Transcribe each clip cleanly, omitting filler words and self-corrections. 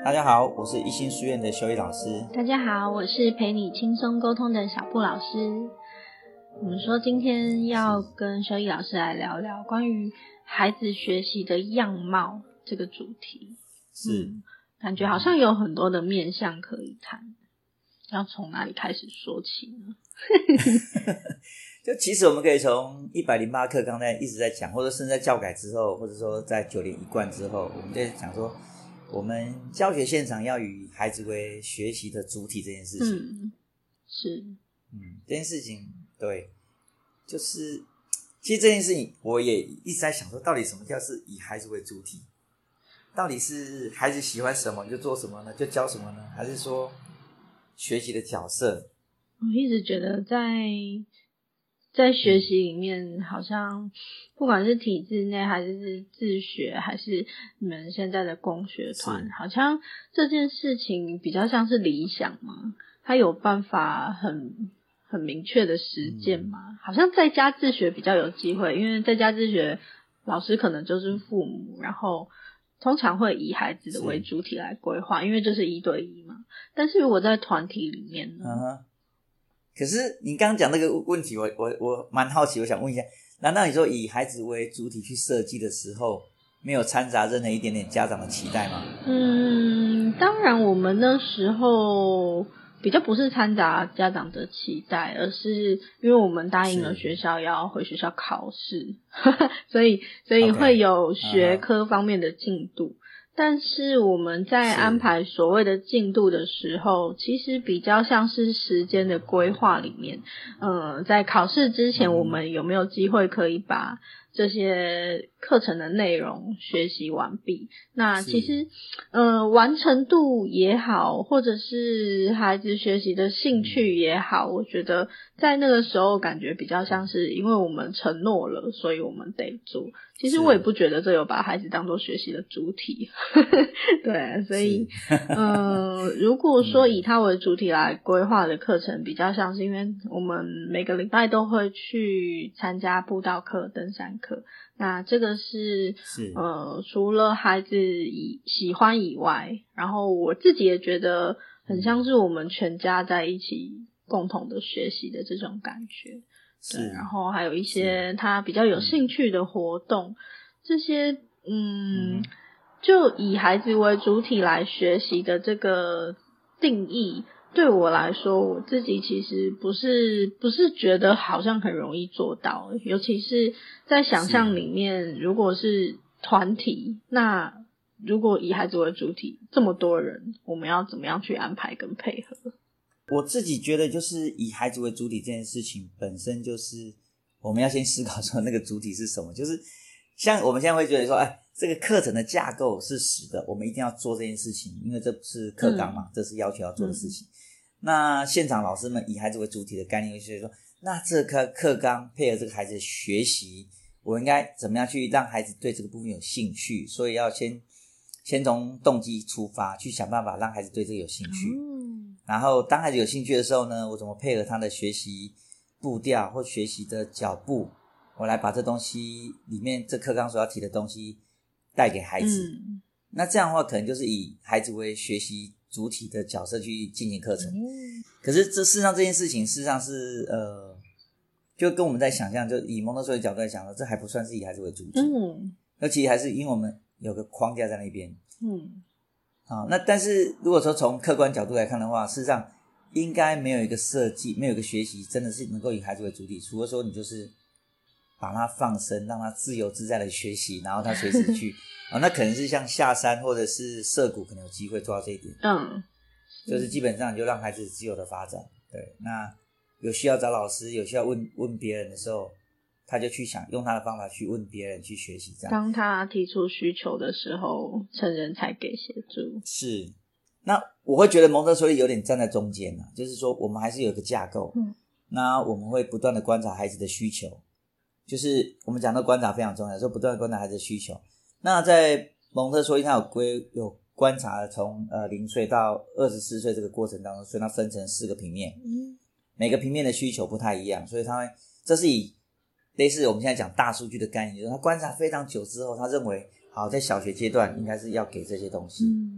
大家好，我是一心书院的修一老师。 大家好，我是陪你轻松沟通的小布老师。我们说今天要跟修一老师来聊聊关于孩子学习的样貌这个主题。感觉好像有很多的面向可以谈，要从哪里开始说起呢？ 就其实我们可以从108课刚才一直在讲，或者甚至在教改之后，或者说在9年一贯之后，我们在讲说我们教学现场要以孩子为学习的主体这件事情。这件事情对，就是其实这件事情我也一直在想说，到底什么叫是以孩子为主体？到底是孩子喜欢什么就做什么呢？就教什么呢？还是说学习的角色？ 我一直觉得在学习里面，好像不管是体制内还是自学，还是你们现在的共学团，好像这件事情比较像是理想嘛，它有办法很明确的实践嘛。好像在家自学比较有机会，因为在家自学老师可能就是父母，然后通常会以孩子的为主体来规划，因为这是1对1嘛。但是如果在团体里面呢？ 可是你刚刚讲那个问题，我蛮好奇，我想问一下，难道你说以孩子为主体去设计的时候，没有掺杂任何一点点家长的期待吗？ 当然我们那时候比较不是掺杂家长的期待，而是因为我们答应了学校要回学校考试所以会有学科方面的进度。但是我们在安排所谓的进度的时候，其实比较像是时间的规划里面，在考试之前我们有没有机会可以把这些课程的内容学习完毕。那其实完成度也好，或者是孩子学习的兴趣也好，我觉得在那个时候感觉比较像是因为我们承诺了，所以我们得做。其实我也不觉得这有把孩子当作学习的主体对，所以如果说以他为主体来规划的课程，比较像是因为我们每个礼拜都会去参加步道课、登山课，那这个是除了孩子喜欢以外，然后我自己也觉得很像是我们全家在一起共同的学习的这种感觉。对，然后还有一些他比较有兴趣的活动，这些就以孩子为主体来学习的这个定义，对我来说，我自己其实不是觉得好像很容易做到，尤其是在想象里面，如果是团体，那如果以孩子为主体，这么多人，我们要怎么样去安排跟配合？ 我自己觉得就是以孩子为主体这件事情本身就是我们要先思考说那个主体是什么，就是像我们现在会觉得说这个课程的架构是死的，我们一定要做这件事情，因为这不是课纲嘛，这是要求要做的事情。那现场老师们以孩子为主体的概念就是说，那这个课纲配合这个孩子的学习，我应该怎么样去让孩子对这个部分有兴趣，所以要先从动机出发，去想办法让孩子对这个有兴趣。然后当孩子有兴趣的时候呢，我怎么配合他的学习步调或学习的脚步，我来把这东西里面这课纲所要提的东西带给孩子。那这样的话可能就是以孩子为学习主体的角色去进行课程。可是这事实上这件事情事实上是就跟我们在想象，就以蒙特梭利的角度来讲，这还不算是以孩子为主体。那其实还是因为我们有个框架在那边。那但是如果说从客观角度来看的话，事实上应该没有一个设计，没有一个学习真的是能够以孩子为主体，除了说你就是把他放生，让他自由自在的学习，然后他随时去那可能是像下山或者是涉谷可能有机会做到这一点。就是基本上你就让孩子自由的发展。对，那有需要找老师，有需要问别人的时候，他就去想用他的方法去问别人去学习这样。 当他提出需求的时候，成人才给协助。 是，那我会觉得蒙特梭利有点站在中间就是说我们还是有一个架构。那我们会不断的观察孩子的需求，就是我们讲到观察非常重要，说不断的观察孩子的需求。那在蒙特梭利他有观察从0岁到24岁这个过程当中，所以他分成4个平面。每个平面的需求不太一样，所以这是以类似我们现在讲大数据的概念，就是他观察非常久之后，他认为好在小学阶段应该是要给这些东西。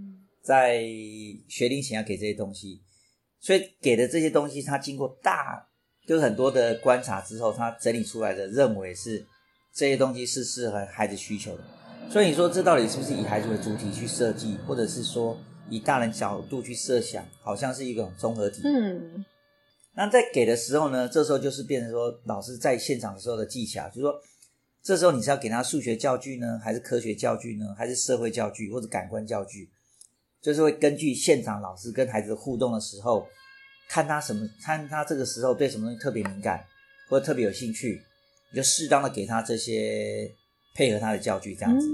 在学龄前要给这些东西，所以给的这些东西他经过就是很多的观察之后，他整理出来的认为是这些东西是适合孩子需求的。所以你说这到底是不是以孩子为主体去设计，或者是说以大人角度去设想，好像是一种综合体。那在给的时候呢，这时候就是变成说老师在现场的时候的技巧，就是说这时候你是要给他数学教具呢，还是科学教具呢，还是社会教具或者感官教具，就是会根据现场老师跟孩子的互动的时候，看他这个时候对什么东西特别敏感或者特别有兴趣，你就适当的给他这些配合他的教具这样子。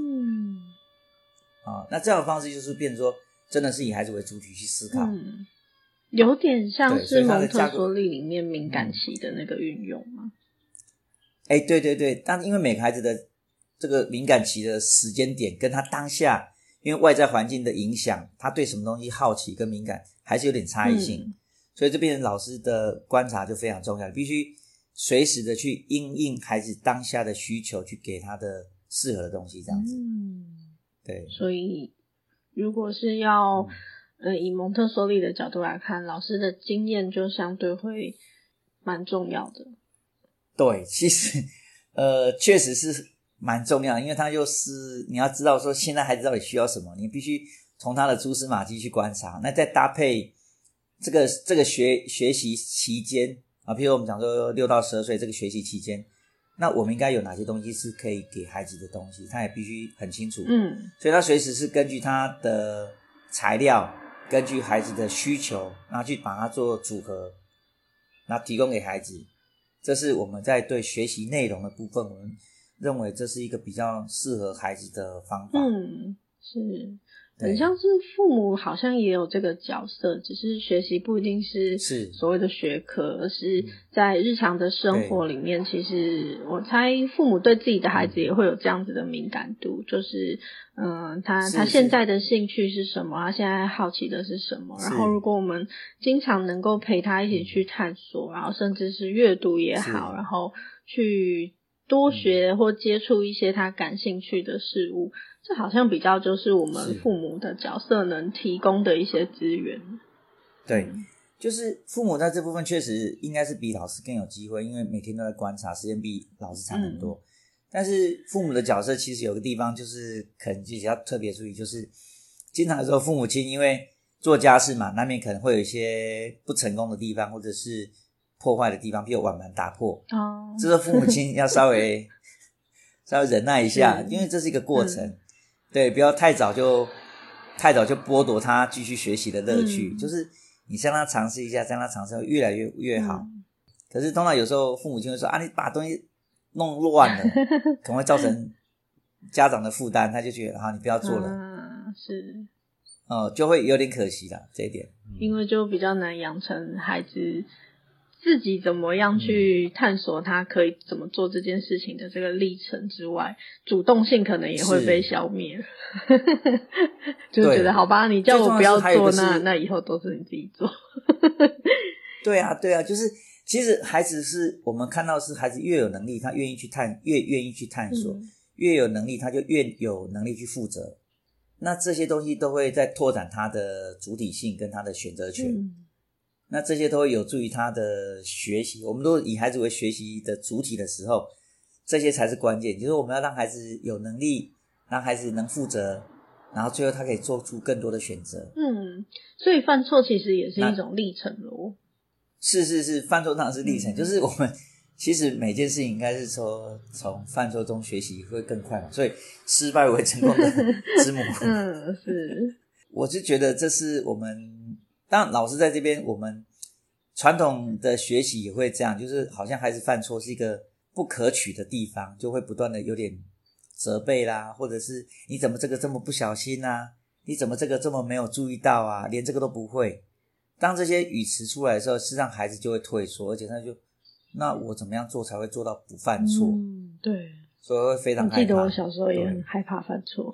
那这样的方式就是变成说真的是以孩子为主体去思考。 有点像是蒙特梭利里面敏感期的那个运用吗？ 对对对，但因为每个孩子的这个敏感期的时间点跟他当下因为外在环境的影响，他对什么东西好奇跟敏感还是有点差异性，所以这边老师的观察就非常重要，必须随时的去因应孩子当下的需求，去给他的适合的东西这样子。对， 所以如果是要以蒙特梭利的角度来看，老师的经验就相对会蛮重要的。 对，其实确实是蛮重要的，因为他就是你要知道说现在孩子到底需要什么，你必须从他的蛛丝马迹去观察，那再搭配这个学习期间啊，譬如我们讲说6到12岁这个学习期间，那我们应该有哪些东西是可以给孩子的东西，他也必须很清楚。所以他随时是根据他的材料，根据孩子的需求，然后去把它做组合，然后提供给孩子。这是我们在对学习内容的部分，我们认为这是一个比较适合孩子的方法。 是很像是父母好像也有这个角色，只是学习不一定是所谓的学科，而是在日常的生活里面，其实我猜父母对自己的孩子也会有这样子的敏感度，就是他现在的兴趣是什么，他现在好奇的是什么，然后如果我们经常能够陪他一起去探索，然后甚至是阅读也好，然后去多学或接触一些他感兴趣的事物，这好像比较就是我们父母的角色能提供的一些资源。 对，就是父母在这部分确实应该是比老师更有机会，因为每天都在观察，时间比老师长很多。但是父母的角色其实有个地方就是可能就是要特别注意，就是经常的时候父母亲因为做家事嘛，难免可能会有一些不成功的地方，或者是破坏的地方，比如碗盘打破。这时候父母亲要稍微忍耐一下，因为这是一个过程。对，不要太早就剥夺他继续学习的乐趣，就是你让他尝试一下，让他尝试越来越好。可是通常有时候父母亲会说你把东西弄乱了，可能会造成家长的负担，他就觉得你不要做了。就会有点可惜啦，这一点。 因为就比较难养成孩子自己怎么样去探索他可以怎么做这件事情的这个历程之外，主动性可能也会被消灭。就觉得好吧，你叫我不要做，那以后都是你自己做。 对啊，就是其实孩子是我们看到是孩子越有能力，他越愿意去探索，越有能力他就越有能力去负责。那这些东西都会在拓展他的主体性跟他的选择权。那这些都会有助于他的学习，我们都以孩子为学习的主体的时候，这些才是关键，就是我们要让孩子有能力，让孩子能负责，然后最后他可以做出更多的选择。 所以犯错其实也是一种历程咯。 是，犯错当然是历程，就是我们其实每件事情应该是说从犯错中学习会更快嘛，所以失败为成功的之母。 是， 我是觉得这是我们当然老师在这边，我们传统的学习也会这样，就是好像孩子犯错是一个不可取的地方，就会不断的有点责备啦，或者是你怎么这个这么不小心啊，你怎么这个这么没有注意到啊，连这个都不会。当这些语词出来的时候，事实上孩子就会退缩，而且那我怎么样做才会做到不犯错？ 对， 所以会非常害怕。 我记得我小时候也很害怕犯错。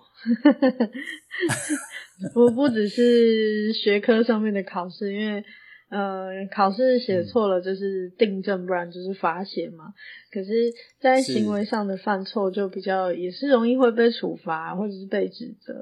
不只是学科上面的考试，因为考试写错了就是订正，不然就是罚写嘛。可是在行为上的犯错就比较也是容易会被处罚或者是被指责。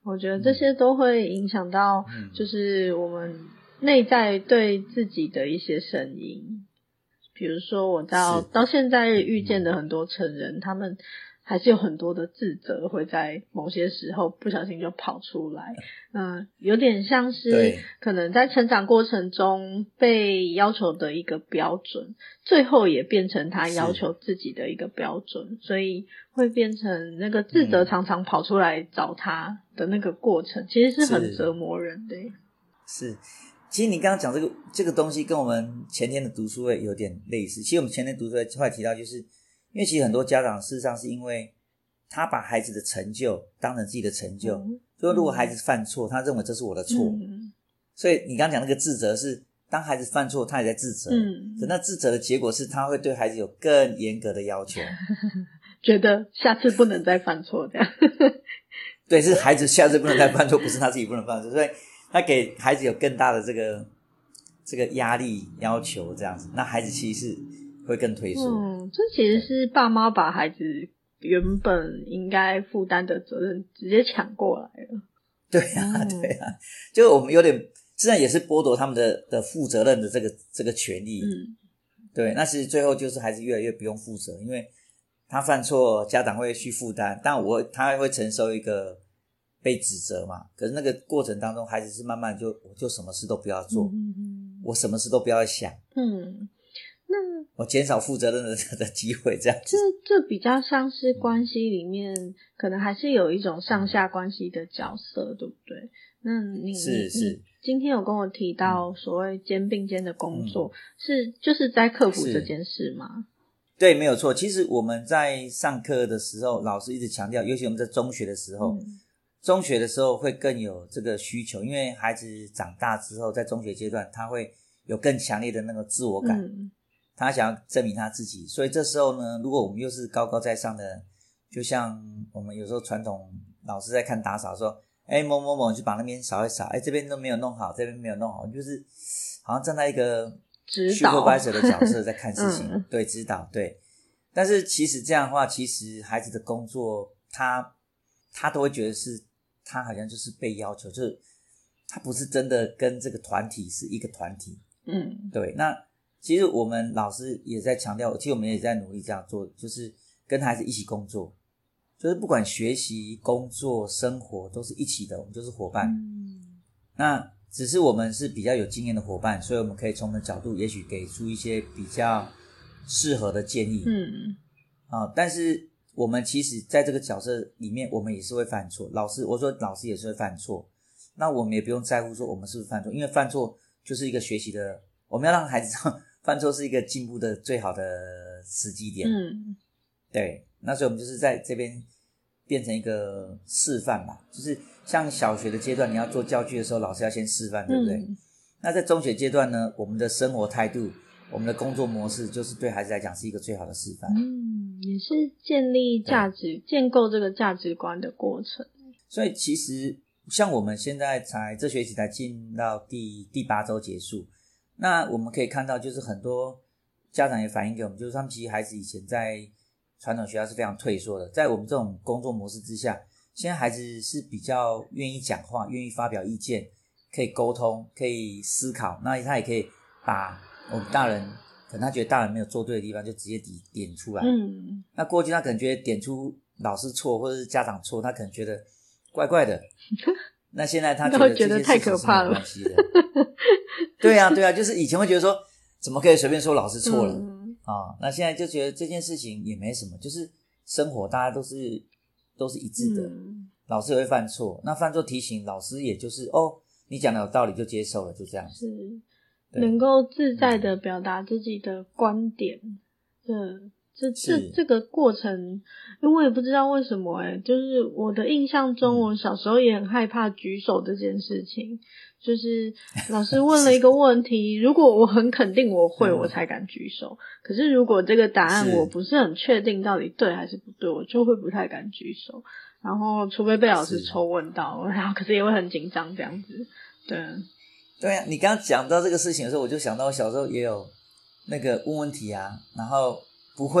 我觉得这些都会影响到就是我们内在对自己的一些声音。比如说我到现在遇见的很多成人，他们还是有很多的自责会在某些时候不小心就跑出来。有点像是可能在成长过程中被要求的一个标准，最后也变成他要求自己的一个标准，所以会变成那个自责常常跑出来找他的那个过程，其实是很折磨人的。 是，其实你刚刚讲这个东西跟我们前天的读书会有点类似。其实我们前天读书会后来提到，就是因为其实很多家长事实上是因为他把孩子的成就当成自己的成就，所以如果孩子犯错，他认为这是我的错，所以你刚刚讲那个自责是当孩子犯错他也在自责，可那自责的结果是他会对孩子有更严格的要求， 觉得下次不能再犯错这样对，是孩子下次不能再犯错，不是他自己不能犯错，所以他给孩子有更大的这个压力要求这样子，那孩子其实是会更退缩。 这其实是爸妈把孩子原本应该负担的责任直接抢过来了。 对啊，对啊，就我们有点实际上也是剥夺他们的负责任的这个权利。对，那其实最后就是孩子越来越不用负责，因为他犯错家长会去负担，但他会承受一个被指责嘛，可是那个过程当中孩子是慢慢我就什么事都不要做，我什么事都不要想， 那我减少负责任的机会这样子。 这比较像是关系里面可能还是有一种上下关系的角色，对不对？那你今天有跟我提到所谓肩并肩的工作，就是在克服这件事吗？ 对，没有错。其实我们在上课的时候老师一直强调，尤其我们在中学的时候，中学的时候会更有这个需求，因为孩子长大之后在中学阶段他会有更强烈的那个自我感，他想要证明他自己，所以这时候呢，如果我们又是高高在上的，就像我们有时候传统老师在看打扫说某某某就把那边扫一扫，这边都没有弄好，这边没有弄好，就是好像站在一个supervisor的角色在看事情对，指导，对。但是其实这样的话，其实孩子的工作他都会觉得是他好像就是被要求，就是他不是真的跟这个团体是一个团体。对。那其实我们老师也在强调，其实我们也在努力这样做，就是跟孩子一起工作，就是不管学习工作生活都是一起的，我们就是伙伴。那只是我们是比较有经验的伙伴，所以我们可以从我们的角度也许给出一些比较适合的建议。但是我们其实在这个角色里面我们也是会犯错，我说老师也是会犯错，那我们也不用在乎说我们是不是犯错，因为犯错就是一个学习的，我们要让孩子知道犯错是一个进步的最好的时机点。对，那所以我们就是在这边变成一个示范嘛，就是像小学的阶段你要做教具的时候老师要先示范，对不对？那在中学阶段呢，我们的生活态度我们的工作模式就是对孩子来讲是一个最好的示范。 也是建立建构这个价值观的过程。 所以其实像我们现在这学期才进到第8周结束，那我们可以看到就是很多家长也反映给我们，就是他们其实孩子以前在传统学校是非常退缩的，在我们这种工作模式之下，现在孩子是比较愿意讲话，愿意发表意见，可以沟通，可以思考，那他也可以把我们大人可能他觉得大人没有做对的地方就直接点出来。那过去他可能觉得点出老师错或者是家长错，他可能觉得怪怪的那现在他觉得这些事情是没有关系的对啊，就是以前会觉得说怎么可以随便说老师错了那现在就觉得这件事情也没什么，就是生活大家都是一致的。老师也会犯错，那犯错提醒老师也就是你讲的有道理就接受了，就这样子。 是能够自在的表达自己的观点。这个过程，因为我也不知道为什么就是我的印象中我小时候也很害怕举手这件事情，就是老师问了一个问题如果我很肯定我会我才敢举手，可是如果这个答案我不是很确定到底对还是不对，我就会不太敢举手，然后除非被老师抽问到，然后可是也会很紧张这样子。 对啊，你刚刚讲到这个事情的时候，我就想到我小时候也有那个问问题啊，然后不会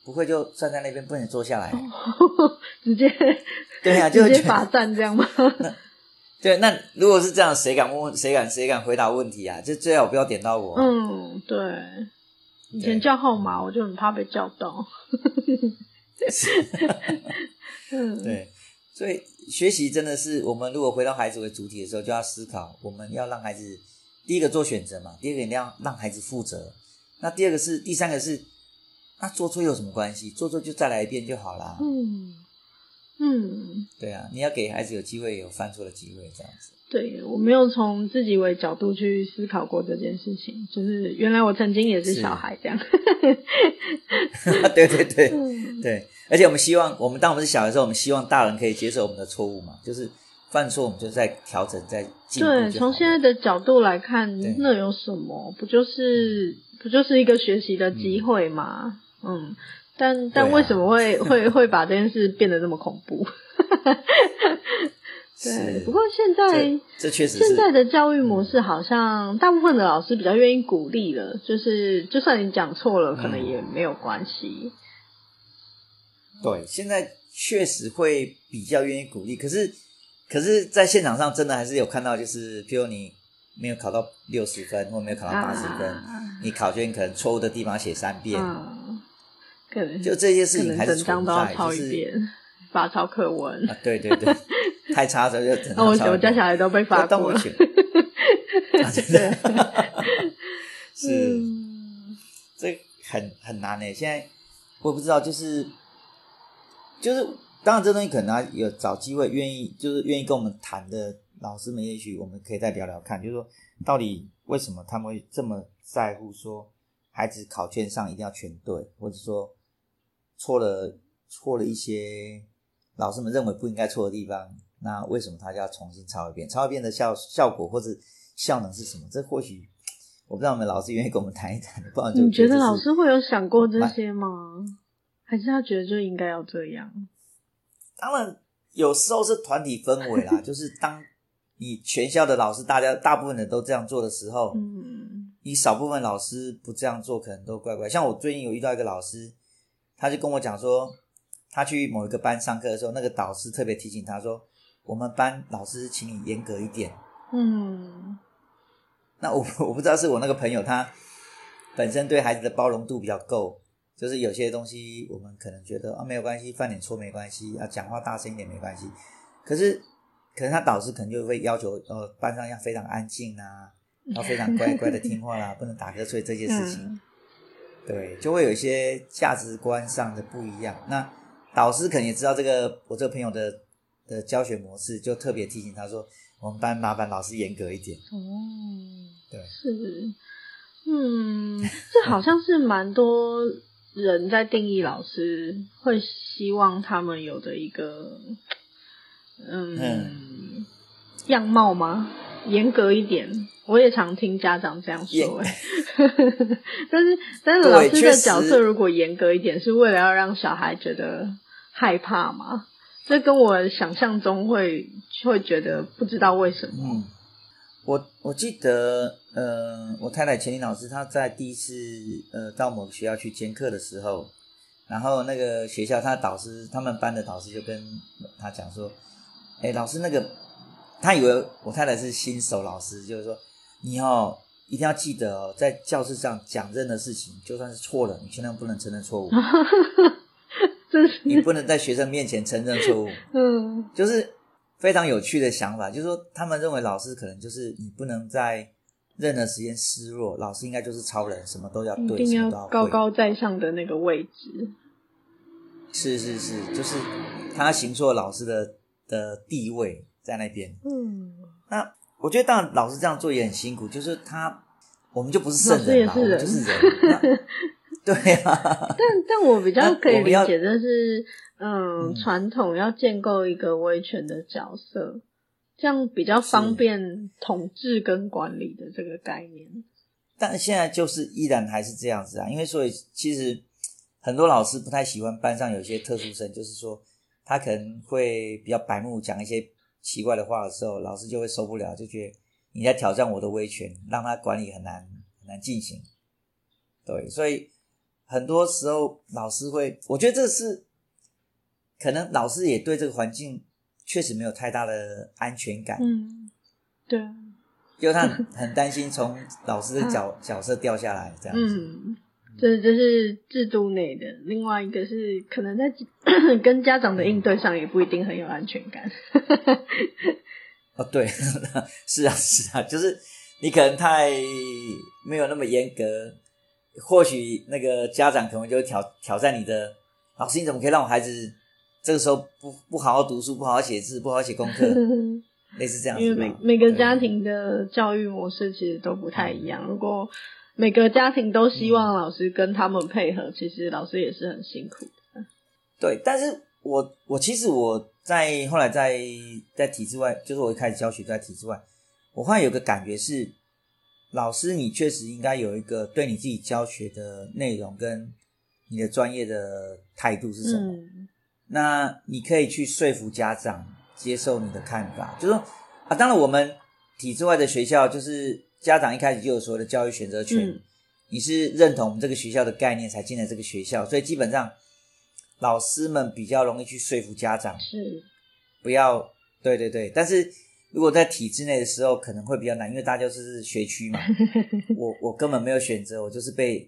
不会就站在那边不能坐下来， 直接对啊，就直接罚站这样吗？ 对，那如果是这样，谁敢回答问题啊？就最好不要点到我。 对，以前叫号码我就很怕被叫到。 对，所以学习真的是我们如果回到孩子为主体的时候，就要思考，我们要让孩子第一个做选择嘛，第二个一定要让孩子负责。那第三个是，那做错有什么关系？做错就再来一遍就好啦。对啊，你要给孩子有机会有犯错的机会，这样子。 对，我没有从自己为角度去思考过这件事情，就是原来我曾经也是小孩这样。 对对对、对，而且我们希望，当我们是小孩的时候，我们希望大人可以接受我们的错误嘛，就是犯错我们就在调整，在进步就好了。 对，从现在的角度来看，那有什么？不就是一个学习的机会嘛？但为什么会把这件事变得那么恐怖？对，不过现在这确实是现在的教育模式，好像大部分的老师比较愿意鼓励了，就是就算你讲错了，可能也没有关系。 对，现在确实会比较愿意鼓励，可是在现场上真的还是有看到，就是譬如你没有考到60分，或没有考到80分，你考卷可能错误的地方写3遍， 可能就这些事情还是存在， 整张都要抄一遍，罚抄课文。 对对对，太差的就整张抄一遍。 我家小孩都被罚过了。 真的是，这很难耶。现在我也不知道，就是当然这东西可能有找机会愿意跟我们谈的老师们，也许我们可以再聊聊看，就是说到底为什么他们会这么在乎说孩子考卷上一定要全对，或者说错了一些老师们认为不应该错的地方，那为什么他就要重新抄一遍？抄一遍的效果或者效能是什么？这或许我不知道我们老师愿意跟我们谈一谈，不然就你觉得老师会有想过这些吗？还是他觉得就应该要这样？ 当然有时候是团体氛围啦，就是当你全校的老师大部分人都这样做的时候，你少部分老师不这样做可能都怪怪。像我最近有遇到一个老师，他就跟我讲说，他去某一个班上课的时候，那个导师特别提醒他说，我们班老师请你严格一点。那我不知道是我那个朋友他本身对孩子的包容度比较够，就是有些东西我们可能觉得没有关系，犯点错没关系，讲话大声一点没关系，可能他导师可能就会要求班上要非常安静啊，要非常乖乖的听话啦，不能打瞌睡这些事情。对，就会有一些价值观上的不一样。那导师可能也知道我这个朋友的教学模式，就特别提醒他说，我们班麻烦老师严格一点。对， 是，这好像是蛮多人在定义老师会希望他们有的一个样貌吗？严格一点。我也常听家长这样说但是老师的角色如果严格一点，是为了要让小孩觉得害怕吗？这跟我想象中会觉得不知道为什么。 我记得我太太钱玲老师她在第一次到某个学校去兼课的时候，然后那个学校他们班的导师就跟他讲说，老师他以为我太太是新手老师，就是说你一定要记得在教室上讲任何事情，就算是错了，你千万不能承认错误。你不能在学生面前承认错误。就是非常有趣的想法，就是说他们认为老师可能就是你不能在任何时间示弱，老师应该就是超人，什么都要对， 一定要高高在上的那个位置。是， 就是他形塑老师的地位在那边。那我觉得当然老师这样做也很辛苦，就是我们就不是圣人嘛，我们就是人。对啊， 但我比较可以理解的是，传统要建构一个威权的角色，这样比较方便统治跟管理的这个概念。 但现在就是依然还是这样子啊，因为所以其实很多老师不太喜欢班上有一些特殊生，就是说他可能会比较白目，讲一些奇怪的话的时候，老师就会受不了，就觉得你在挑战我的威权，让他管理很难进行。对，所以很多时候老师会，我觉得这是可能老师也对这个环境确实没有太大的安全感。 对， 就他很担心从老师的角色掉下来这样子。 这是制度内的，另外一个是可能在跟家长的应对上也不一定很有安全感。 对，是啊，就是你可能太没有那么严格，或许那个家长可能就会挑战你的老师，你怎么可以让我孩子这个时候不好好读书，不好好写字，不好好写功课，类似这样子。 因为每个家庭的教育模式其实都不太一样，如果每个家庭都希望老师跟他们配合，其实老师也是很辛苦的。 对，但是我其实我在后来在体制外，就是我一开始教学在体制外，我后来有个感觉是，老师你确实应该有一个对你自己教学的内容跟你的专业的态度是什么。那你可以去说服家长接受你的看法，就是说当然我们体制外的学校就是家长一开始就有所谓的教育选择权，你是认同我们这个学校的概念才进了这个学校，所以基本上老师们比较容易去说服家长，是不要对，但是如果在体制内的时候可能会比较难，因为大家就是学区嘛，我根本没有选择，我就是被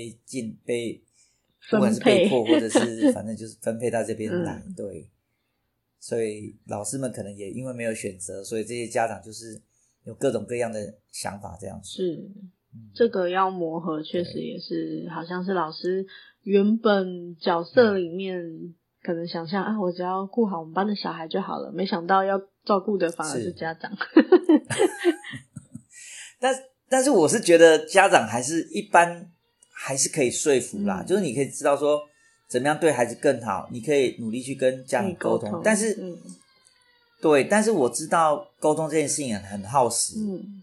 不管是被迫或者是反正就是分配到这边来，对，所以老师们可能也因为没有选择，所以这些家长就是有各种各样的想法这样子。 是，这个要磨合，确实也是好像是老师原本角色里面可能想象我只要顾好我们班的小孩就好了，没想到要照顾的反而是家长。 但是我是觉得家长一般还是可以说服啦，就是你可以知道说怎么样对孩子更好，你可以努力去跟家长沟通，但是对，但是我知道沟通这件事情很耗时，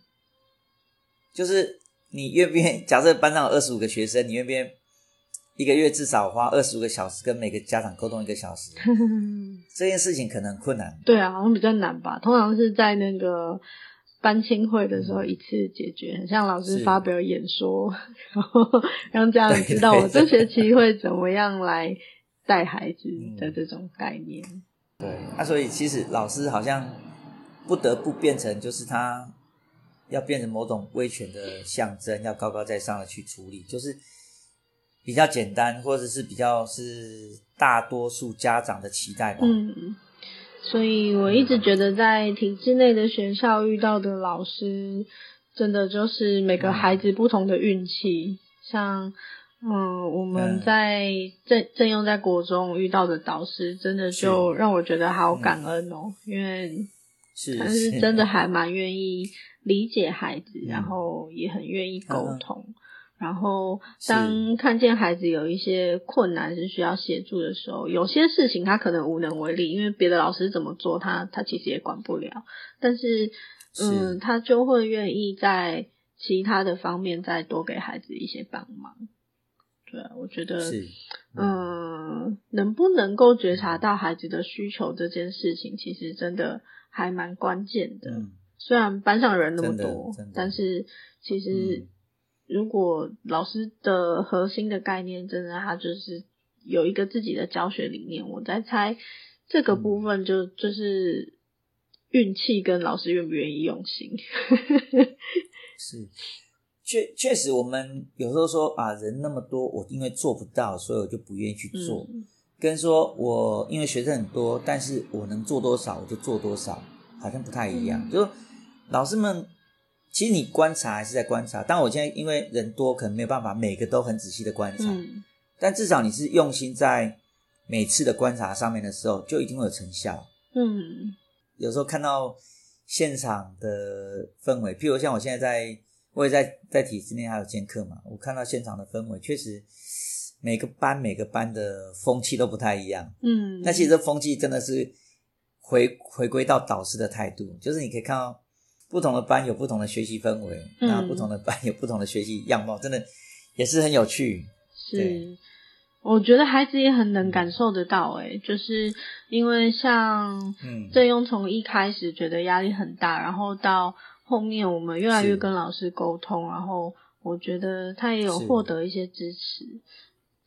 就是你愿不愿意，假设班上有25个学生，你愿不愿意一个月至少花25个小时跟每个家长沟通1个小时？这件事情可能很困难。 对啊，好像比较难吧，通常是在那个班亲会的时候一次解决，很像老师发表演说，然后让家长知道我这学期会怎么样来带孩子的这种概念。 对，所以其实老师好像不得不变成就是他要变成某种威权的象征，要高高在上的去处理，就是比较简单，或者是比较是大多数家长的期待吧。 所以我一直觉得在体制内的学校遇到的老师真的就是每个孩子不同的运气，像我们在正用在国中遇到的导师真的就让我觉得好感恩因为他是真的还蛮愿意理解孩子，然后也很愿意沟通，然后当看见孩子有一些困难是需要协助的时候，有些事情他可能无能为力，因为别的老师怎么做他其实也管不了，但是他就会愿意在其他的方面再多给孩子一些帮忙。对啊，我觉得能不能够觉察到孩子的需求这件事情其实真的还蛮关键的。虽然班上人那么多，但是其实如果老师的核心的概念真的他就是有一个自己的教学理念，我在猜这个部分就是运气跟老师愿不愿意用心。 是确实我们有时候说人那么多，我因为做不到所以我就不愿意去做，跟说我因为学生很多但是我能做多少我就做多少好像不太一样。就是老师们其实你观察还是在观察，当然我现在因为人多可能没有办法每个都很仔细的观察，但至少你是用心在每次的观察上面的时候就一定会有成效。有时候看到现场的氛围，譬如像我现在我也在体制内还有兼课嘛，我看到现场的氛围确实每个班的风气都不太一样。那其实这风气真的是回归到导师的态度，就是你可以看到不同的班有不同的学习氛围，然后不同的班有不同的学习样貌，真的也是很有趣。 是，我觉得孩子也很能感受得到就是因为像正庸从一开始觉得压力很大，然后到后面我们越来越跟老师沟通，然后我觉得他也有获得一些支持。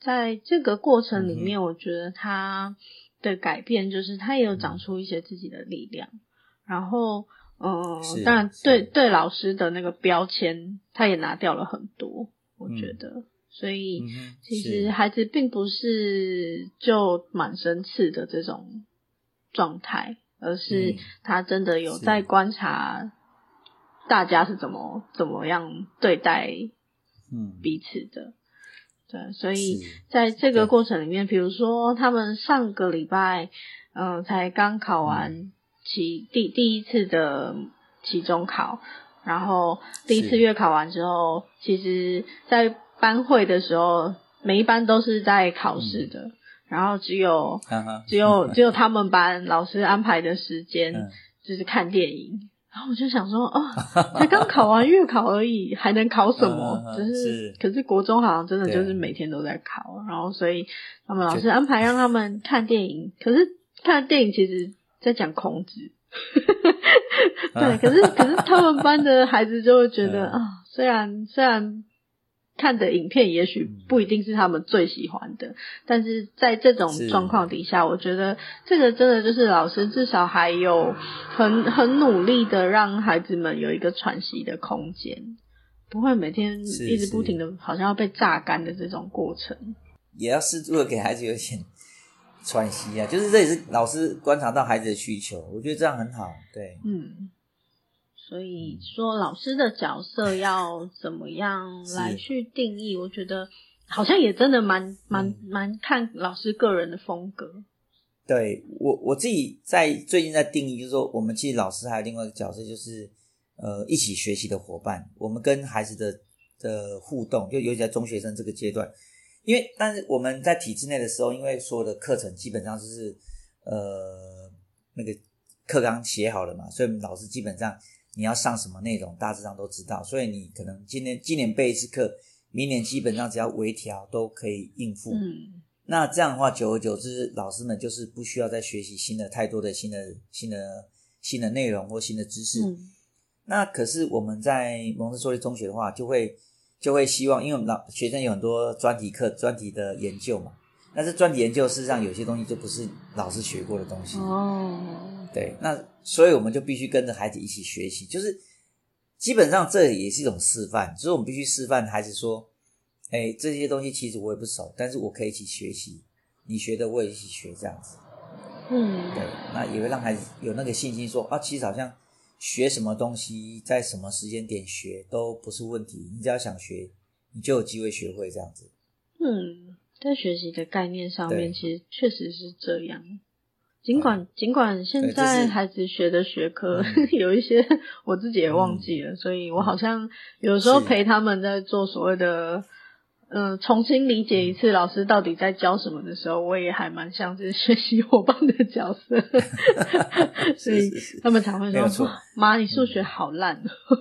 在这个过程里面，我觉得他的改变就是他也有长出一些自己的力量，然后当然对老师的那个标签他也拿掉了很多，我觉得所以其实孩子并不是就满身刺的这种状态，而是他真的有在观察大家是怎么样对待彼此的。对，所以在这个过程里面，比如说他们上个礼拜才刚考完第一次的期中考，然后第一次月考完之后，其实在班会的时候每一班都是在考试的，然后只有他们班老师安排的时间就是看电影，然后我就想说才刚考完月考而已，还能考什么？可是国中好像真的就是每天都在考，然后所以他们老师安排让他们看电影，可是看电影其实在讲孔子对，可是他们班的孩子就会觉得虽然看的影片也许不一定是他们最喜欢的，但是在这种状况底下，我觉得这个真的就是老师至少还有很努力的让孩子们有一个喘息的空间，不会每天一直不停的好像要被榨干的这种过程， 也要适度的给孩子有点喘息啊，就是这也是老师观察到孩子的需求，我觉得这样很好。对， 所以说老师的角色要怎么样来去定义，我觉得好像也真的蛮看老师个人的风格。 对，我自己最近在定义，就是说我们其实老师还有另外一个角色，就是一起学习的伙伴。我们跟孩子的互动，就尤其在中学生这个阶段，但是我们在体制内的时候，因为所有的课程基本上就是那个课纲写好了嘛，所以我们老师基本上你要上什么内容大致上都知道，所以你可能今年背一次课，明年基本上只要微调都可以应付。那这样的话，久而久之，老师们就是不需要再学习太多的新的内容或新的知识。那可是我们在蒙特梭利中学的话，就会希望，因为我们学生有很多专题课、专题的研究嘛，但是专题研究事实上有些东西就不是老师学过的东西。对，那所以我们就必须跟着孩子一起学习，就是基本上这也是一种示范，就是我们必须示范孩子说这些东西其实我也不熟，但是我可以一起学习，你学的我也一起学，这样子。对，那也会让孩子有那个信心说其实好像学什么东西在什么时间点学都不是问题，你只要想学你就有机会学会，这样子。 在学习的概念上面其实确实是这样，尽管现在孩子学的学科有一些我自己也忘记了，所以我好像有时候陪他们在做所谓的重新理解一次老师到底在教什么的时候，我也还蛮像是学习伙伴的角色所以他们才会说妈你数学好烂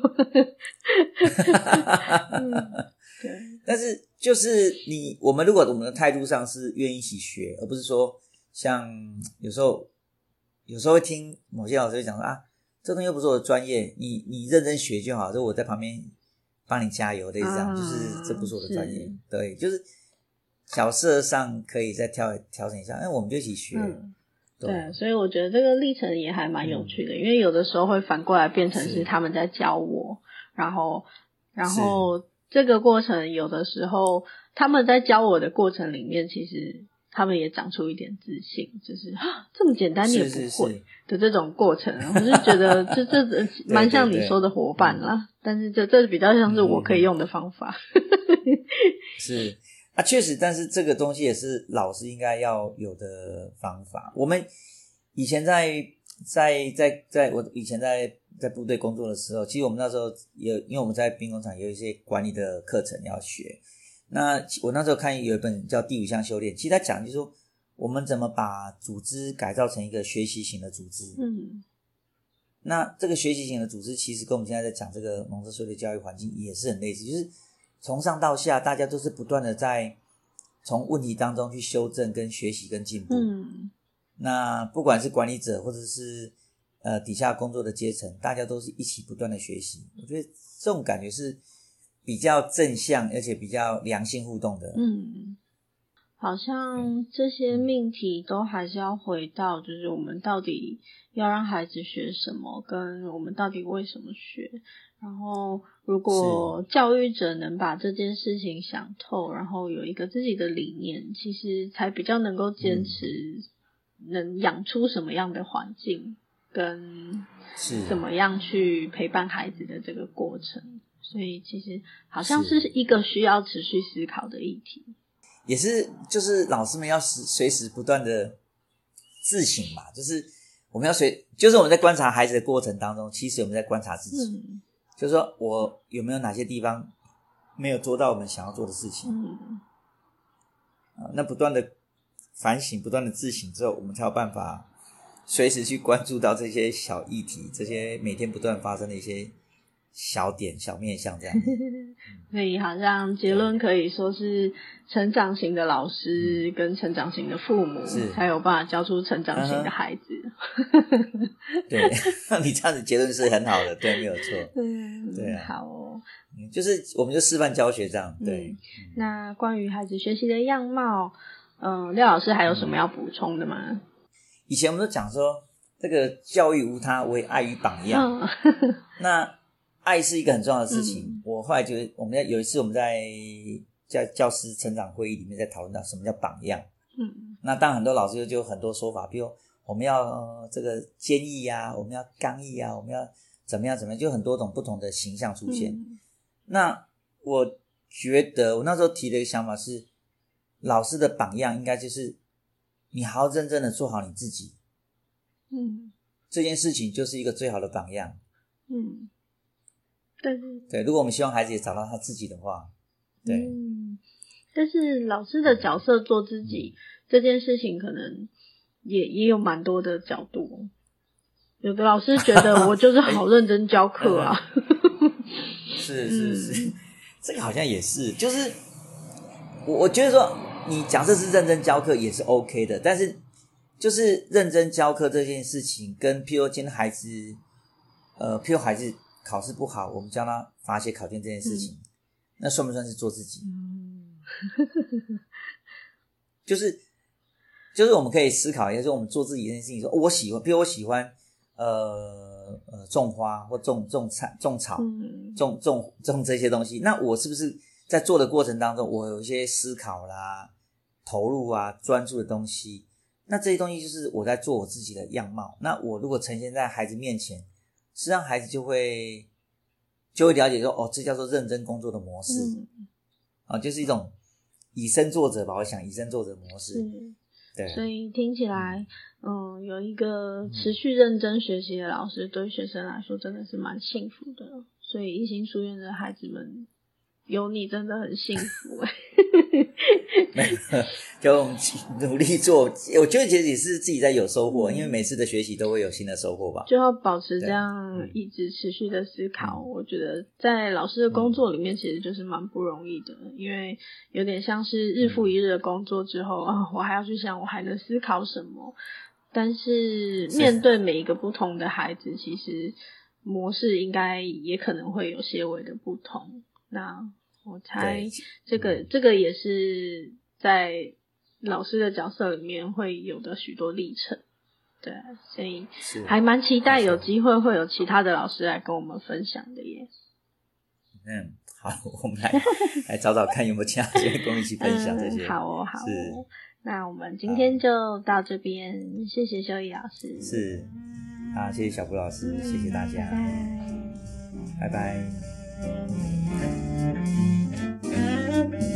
对， 但是就是我们如果我们的态度上是愿意一起学，而不是说像有时候会听某些老师讲说这东西又不是我的专业，你认真学就好，就我在旁边帮你加油，类似这样，就是这不是我的专业。对，就是角色上可以再调整一下，我们就一起学。 对，所以我觉得这个历程也还蛮有趣的，因为有的时候会反过来变成是他们在教我，然后这个过程有的时候他们在教我的过程里面，其实他们也长出一点自信，就是这么简单你也不会的这种过程，我是觉得这蛮像你说的伙伴啦，但是这比较像是我可以用的方法是确实，但是这个东西也是老师应该要有的方法。我们以前我以前在部队工作的时候，其实我们那时候因为我们在兵工厂有一些管理的课程要学，那我那时候看有一本叫《第五项修炼》，其实他讲就是说我们怎么把组织改造成一个学习型的组织。那这个学习型的组织其实跟我们现在在讲这个蒙特梭利的教育环境也是很类似，就是从上到下大家都是不断的在从问题当中去修正跟学习跟进步。那不管是管理者或者是底下工作的阶层，大家都是一起不断的学习，我觉得这种感觉是比较正向而且比较良性互动的。 好像这些命题都还是要回到，就是我们到底要让孩子学什么，跟我们到底为什么学。然后如果教育者能把这件事情想透，然后有一个自己的理念，其实才比较能够坚持能养出什么样的环境，跟怎么样去陪伴孩子的这个过程。所以其实好像是一个需要持续思考的议题， 也是就是老师们要随时不断的自省嘛，就是我们要就是我们在观察孩子的过程当中，其实我们在观察自己，就是说我有没有哪些地方没有做到我们想要做的事情，那不断的反省，不断的自省之后，我们才有办法随时去关注到这些小议题，这些每天不断发生的一些小点小面向这样子。 所以好像结论可以说是成长型的老师跟成长型的父母才有办法教出成长型的孩子。 对，你这样子结论是很好的，对，没有错。对啊， 好哦， 就是我们就示范教学这样。对， 那关于孩子学习的样貌，廖老师还有什么要补充的吗？ 以前我们都讲说这个教育无他，唯爱与榜样。那爱是一个很重要的事情。我后来觉得有一次我们在教师成长会议里面在讨论到什么叫榜样。那当然很多老师就有很多说法，比如我们要这个坚毅啊，我们要刚毅啊，我们要怎么样，就很多种不同的形象出现。那我觉得我那时候提的一个想法是，老师的榜样应该就是你好好认真的做好你自己。这件事情就是一个最好的榜样。对，如果我们希望孩子也找到他自己的话，对。 但是老师的角色做自己这件事情，可能也有蛮多的角度。有的老师觉得我就是好认真教课啊。 是，这个好像也是，就是我觉得说，你假设是认真教课也是 OK 的，但是就是认真教课这件事情，跟譬如今天孩子，譬如孩子考试不好，我们教他罚写考卷这件事情，那算不算是做自己？就是我们可以思考一下，说我们做自己这件事情，说我喜欢，比如我喜欢种花或种草，种这些东西，那我是不是在做的过程当中，我有一些思考啦、投入啊、专注的东西？那这些东西就是我在做我自己的样貌。那我如果呈现在孩子面前，实际上孩子就会了解说，这叫做认真工作的模式。就是一种以身作则吧，我想以身作则模式。对， 所以听起来有一个持续认真学习的老师，对学生来说真的是蛮幸福的。所以一心书院的孩子们有你真的很幸福。 就努力做，我觉得其实也是自己在有收获，因为每次的学习都会有新的收获吧。 就要保持这样一直持续的思考，我觉得在老师的工作里面其实就是蛮不容易的，因为有点像是日复一日的工作之后我还要去想我还能思考什么。但是面对每一个不同的孩子，其实模式应该也可能会有些微的不同。那我猜这个也是在老师的角色里面会有的许多历程。对，所以还蛮期待有机会会有其他的老师来跟我们分享的耶。 好，我们来找找看有没有其他人跟我们一起分享这些。 好哦，那我们今天就到这边，谢谢修一老师。 是啊，谢谢小布老师，谢谢大家，拜拜。